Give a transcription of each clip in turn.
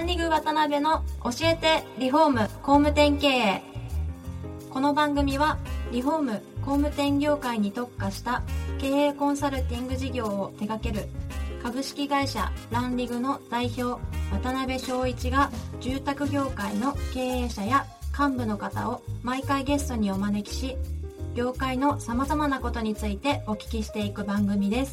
リグ渡辺の教えてリフォーム工務店経営。この番組はリフォーム工務店業界に特化した経営コンサルティング事業を手掛ける株式会社ランリグの代表渡辺翔一が、住宅業界の経営者や幹部の方を毎回ゲストにお招きし、業界のさまざまなことについてお聞きしていく番組です。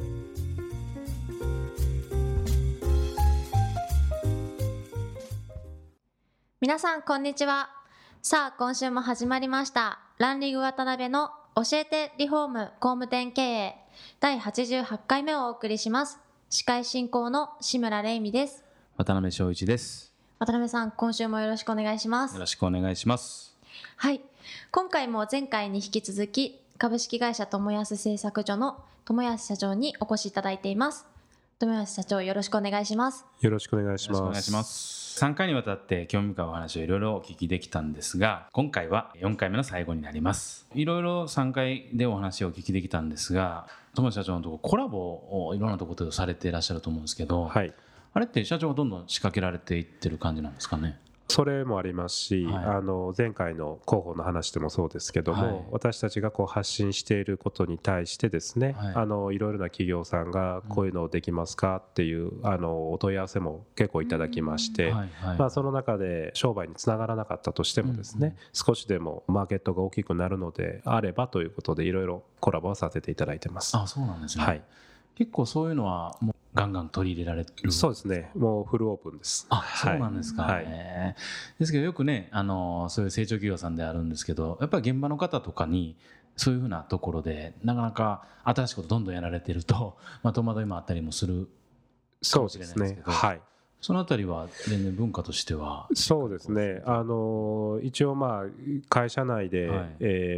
皆さんこんにちは。さあ今週も始まりましたランリグ渡辺の教えてリフォーム工務店経営第88回目をお送りします。司会進行の志村玲美です。 渡辺翔一です。 渡辺さん、今週もよろしくお願いします。 よろしくお願いします。 はい、今回も前回に引き続き株式会社友安製作所の友安社長にお越しいただいています。友安社長、よろしくお願いします。 よろしくお願いします。 よろしくお願いします。3回にわたって興味深いお話をいろいろお聞きできたんですが、今回は4回目の最後になります。いろいろ3回でお話をお聞きできたんですが、友安社長のところコラボをいろんなところでされていらっしゃると思うんですけど、 はい、 あれって社長がどんどん仕掛けられていってる感じなんですかね。 それもありますし、 はい、 前回の広報の話でもそうですけども、はい、私たちがこう発信していることに対してですね、はい、いろいろな企業さんがこういうのできますかっていうお問い合わせも結構いただきまして、はいはい、その中で商売につながらなかったとしてもですね、少しでもマーケットが大きくなるのであればということでいろいろコラボをさせていただいてます。 あ、そうなんですね。 はい、 結構そういうのはもうガンガン取り入れられる。 そうですね、もうフルオープンです。 あ、そうなんですか。 はい、 ですけどよくね、そういう成長企業さんであるんですけど、やっぱり現場の方とかにそういうふうなところでなかなか新しいことどんどんやられてると、戸惑いもあったりもするかもしれないですけど、 はい、そのあたりは全然文化としては。 そうですね、一応会社内で、はい、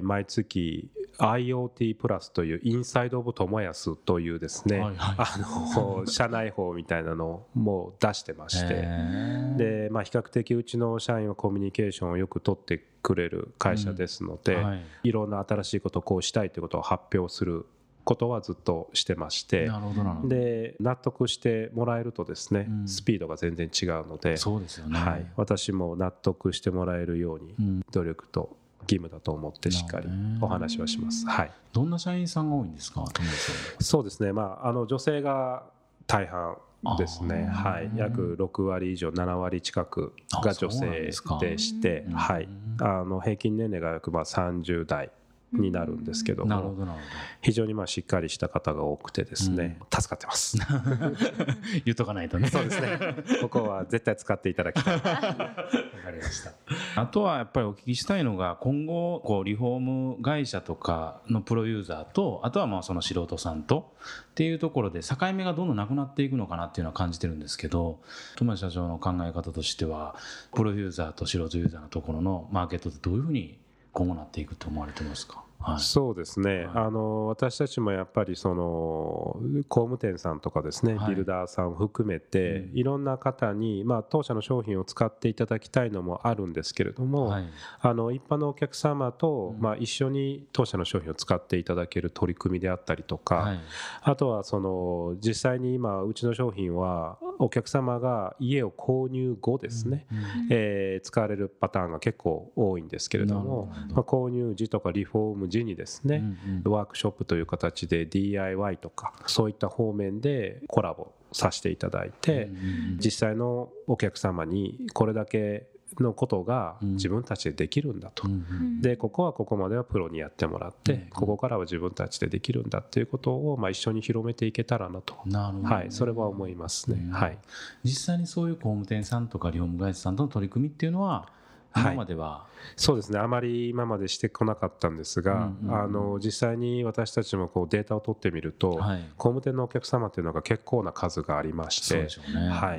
毎月 IoT プラスというインサイドオブ友安というですね、はいはい、社内法みたいなのも出してまして、で、比較的うちの社員はコミュニケーションをよく取ってくれる会社ですので、はい、いろんな新しいことをこうしたいということを発表することはずっとしてまして、で納得してもらえるとですね、スピードが全然違うので、 そうですよね、 はい、私も納得してもらえるように努力と義務だと思ってしっかりお話はします。はい、 どんな社員さんが多いんですか。 そうですね、女性が大半ですね。はい、約6割以上7割近くが女性でして、はい、平均年齢が約30代になるんですけども、非常にしっかりした方が多くてですね、助かってます。 言っとかないとね。 そうですね、ここは絶対使っていただきたい。わかりました。 あとはやっぱりお聞きしたいのが、今後リフォーム会社とかのプロユーザーと、あとはその素人さんとっていうところで境目がどんどんなくなっていくのかなっていうのは感じてるんですけど、友安社長の考え方としてはプロユーザーと素人ユーザーのところのマーケットってどういうふうに今後なっていくと思われてますか。はい、 そうですね、はい、私たちもやっぱり工務店さんとかですね、はい、ビルダーさんを含めて、いろんな方に、当社の商品を使っていただきたいのもあるんですけれども、はい、一般のお客様と、一緒に当社の商品を使っていただける取り組みであったりとか、はい、あとは実際に今うちの商品はお客様が家を購入後ですね、使われるパターンが結構多いんですけれども、購入時とかリフォーム時にですね、ワークショップという形で DIY とかそういった方面でコラボさせていただいて、実際のお客様にこれだけのことが自分たちでできるんだと、でここはここまではプロにやってもらって、ここからは自分たちでできるんだということを一緒に広めていけたらなと、はい、それは思いますね。はい、 実際にそういう工務店さんとかリフォーム会社さんとの取り組みっていうのは今までは、 そうですね、あまり今までしてこなかったんですが、実際に私たちもデータを取ってみると、工務店のお客様というのが結構な数がありまして、はい、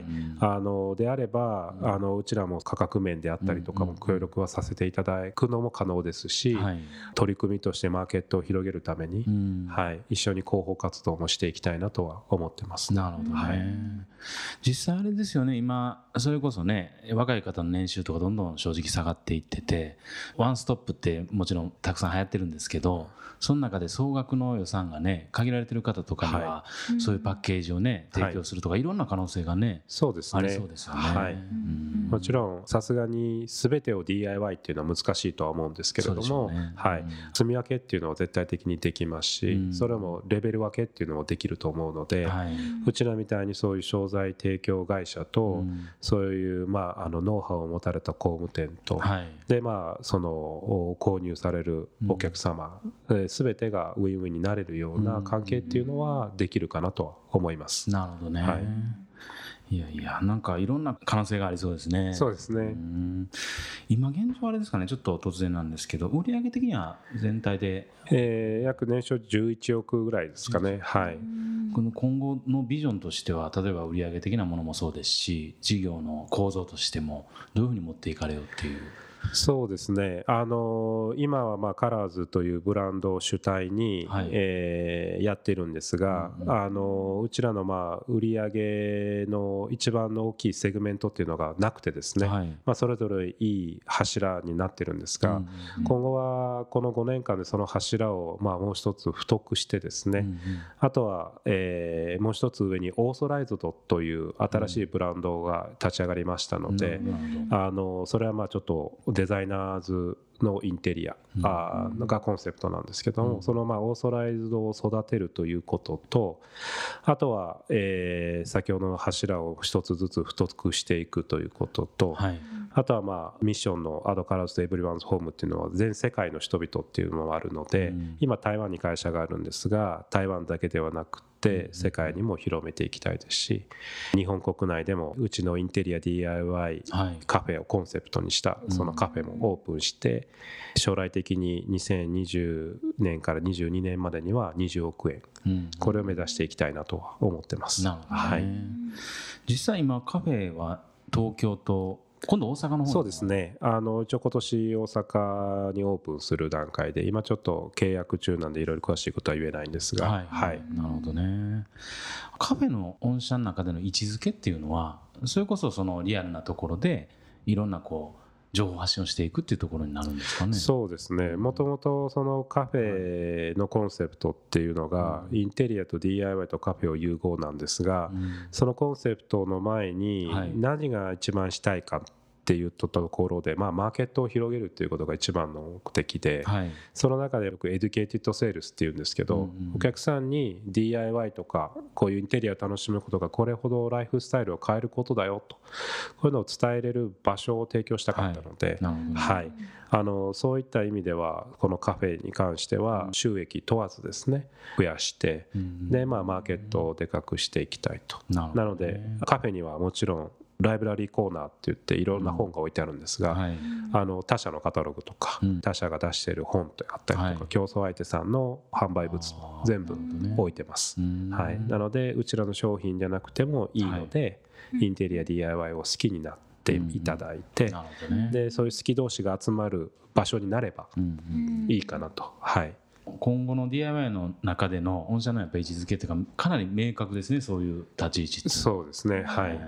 であればうちらも価格面であったりとかも協力はさせていただくのも可能ですし、取り組みとしてマーケットを広げるために、はい、一緒に広報活動もしていきたいなとは思ってます。 なるほどね。はい、実際あれですよね、今それこそね、若い方の年収とかどんどん正直下がっていってて、 て、ワンストップってもちろんたくさん流行ってるんですけど、その中で総額の予算がね限られてる方とかには、そういうパッケージをね提供するとか、いろんな可能性がね、 そうですね、 ありそうですよね。 はい、もちろんさすがに全てを DIY っていうのは難しいとは思うんですけれども、はい、積み分けっていうのは絶対的にできますし、それもレベル分けっていうのもできると思うので、うちらみたいにそういう商材提供会社と、そういうノウハウを持たれた工務店と、でその購入されるお客様、全てがウィンウィンになれるような関係っていうのはできるかなとは思います。 なるほどね。いやいや、なんかいろんな可能性がありそうですね。 そうですね。 今現状あれですかね、ちょっと突然なんですけど、売上的には全体で、 約年商11億ぐらいですかね。はい。 この今後のビジョンとしては、例えば売上的なものもそうですし、事業の構造としてもどういうふうに持っていかれようっていう。 そうですね、今はカラーズというブランドを主体に、やってるんですが、うちらの売上の一番の大きいセグメントっていうのがなくてですね、それぞれいい柱になってるんですが、今後はこの5年間でその柱をもう一つ太くしてですね、あとは、もう一つ上にオーソライズドという新しいブランドが立ち上がりましたので、それはちょっとデザイナーズのインテリアがコンセプトなんですけども、そのオーソライズドを育てるということと、あとは先ほどの柱を一つずつ太くしていくということと、あとはミッションのアドカラーズとエブリワンズホームっていうのは全世界の人々っていうのもあるので、今台湾に会社があるんですが、台湾だけではなくて世界にも広めていきたいですし、日本国内でもうちのインテリア DIY カフェをコンセプトにしたそのカフェもオープンして、将来的に2020年から22年までには20億円、これを目指していきたいなとは思ってます。 なるほどね。実際今カフェは東京と今度大阪の方。 そうですね、一応今年大阪にオープンする段階で、今ちょっと契約中なんでいろいろ詳しいことは言えないんですが、 なるほどね。カフェの御社の中での位置づけっていうのは、それこそそのリアルなところでいろんな情報発信をしていくっていうところになるんですかね。 そうですね、もともとそのカフェのコンセプトっていうのが、インテリアと DIY とカフェを融合なんですが、そのコンセプトの前に何が一番したいかっていうところで、マーケットを広げるっていうことが一番の目的で、その中でよくエデュケイティッドセールスっていうんですけど、お客さんに DIY とかこういうインテリアを楽しむことがこれほどライフスタイルを変えることだよと、こういうのを伝えれる場所を提供したかったので、そういった意味ではこのカフェに関しては収益問わずですね増やして、でマーケットをでかくしていきたいと。なのでカフェにはもちろんライブラリーコーナーって言っていろんな本が置いてあるんですが、他社のカタログとか、他社が出している本とかあったりとか、競争相手さんの販売物全部置いてます。なのでうちらの商品じゃなくてもいいので、インテリア DIY を好きになっていただいて、でそういう好き同士が集まる場所になればいいかなと。 今後の DIY の中での御社のやっぱり位置づけというか、かなり明確ですね、そういう立ち位置って。 そうですね、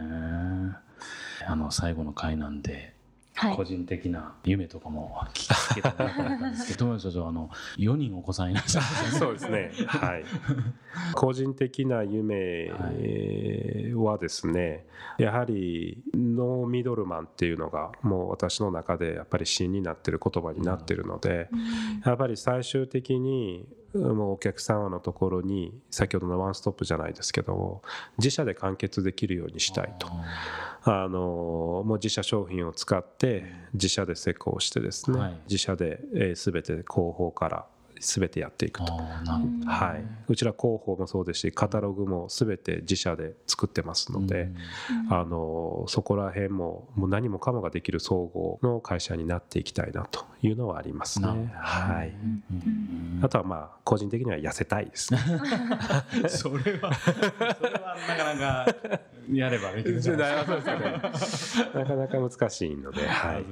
最後の回なんで、個人的な夢とかも聞けたらなと思ったんですけど、社長4人お子さんいらっしゃる。 そうですね、個人的な夢はですね、やはりノーミドルマンっていうのがもう私の中でやっぱり芯になってる言葉になってるので、やっぱり最終的にもうお客様のところに先ほどのワンストップじゃないですけど、自社で完結できるようにしたいと。もう自社商品を使って自社で施工してですね、自社で全て広報から全てやっていくと。うちら広報もそうですし、カタログも全て自社で作ってますので、そこら辺もう何もかもができる総合の会社になっていきたいなというのはありますね。あとは個人的には痩せたいですね。 それはなかなかやればできるじゃないですか。 なかなか難しいので。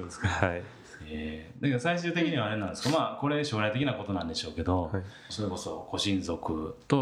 だから最終的にはあれなんですか、これ将来的なことなんでしょうけど、それこそご親族と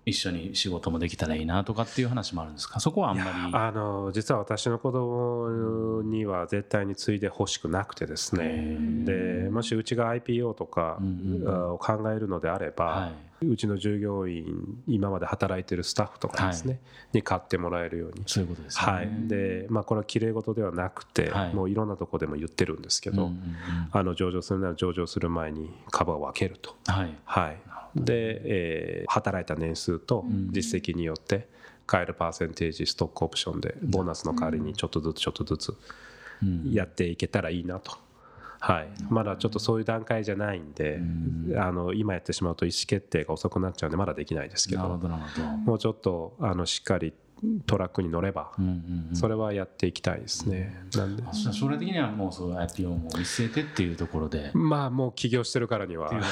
一緒に仕事もできたらいいなとかっていう話もあるんですか？そこはあんまり。 実は私の子供には絶対に継いでほしくなくてですね、でもしうちが IPO とかを考えるのであれば、はい、うちの従業員今まで働いてるスタッフとかですね、はい、に買ってもらえるように、 そういうことですね、 はい、でこれはきれい事ではなくて、はい、もういろんなところでも言ってるんですけど、上場するなら上場する前に株を分けると、はい、はい、で、働いた年数と実績によって買えるパーセンテージストックオプションでボーナスの代わりにちょっとずつちょっとずつやっていけたらいいなと、はい、まだちょっとそういう段階じゃないんで、今やってしまうと意思決定が遅くなっちゃうんでまだできないですけど、もうちょっとしっかりトラックに乗れば、それはやっていきたいですね。なんで将来的にはもうそう IPO も見据えてっていうところで、 もう起業してるからには、はい、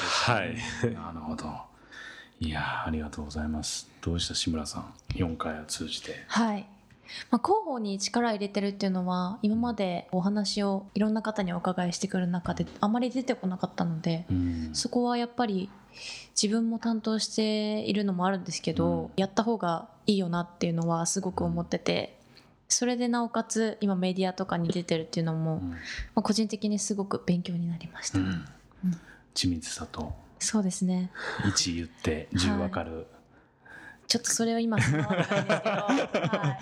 なるほど。いやありがとうございます。どうした志村さん、4回を通じて。 はい、広報に力入れてるっていうのは今までお話をいろんな方にお伺いしてくる中であまり出てこなかったので、そこはやっぱり自分も担当しているのもあるんですけど、やった方がいいよなっていうのはすごく思ってて、それでなおかつ今メディアとかに出てるっていうのも、個人的にすごく勉強になりました。 緻密さと、 そうですね、 1言って10分かる、はい、 ちょっとそれを今伝わらないんですけど、はい、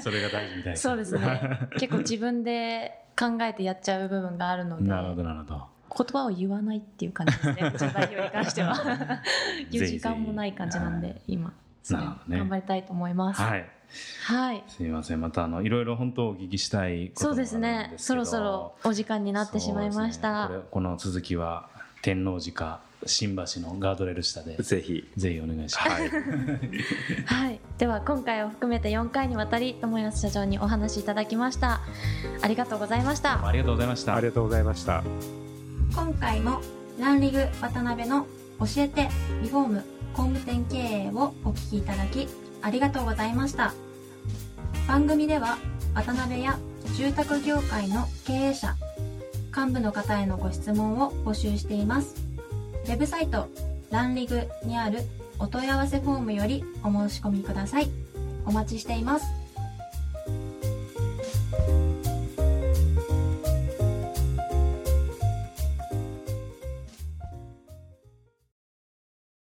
それが大事みたいです。 そうですね、結構自分で考えてやっちゃう部分があるので、 なるほどなるほど、 言葉を言わないっていう感じですね、うちの代表に関しては言う時間もない感じなんで今頑張りたいと思います。 はい、はい、すみません、またいろいろ本当お聞きしたいこともあるんですけど、そうですね、 そろそろお時間になってしまいました。 この続きは天王寺か新橋のガードレール下でぜひお願いします。はい、 はい、では今回を含めて4回にわたり友安社長にお話しいただきました。ありがとうございました。 ありがとうございました。 ありがとうございました。 今回もランリグ渡辺の教えてリフォーム工務店経営をお聞きいただきありがとうございました。番組では渡辺や住宅業界の経営者、幹部の方へのご質問を募集しています。ウェブサイトランリグにあるお問い合わせフォームよりお申し込みください。お待ちしています。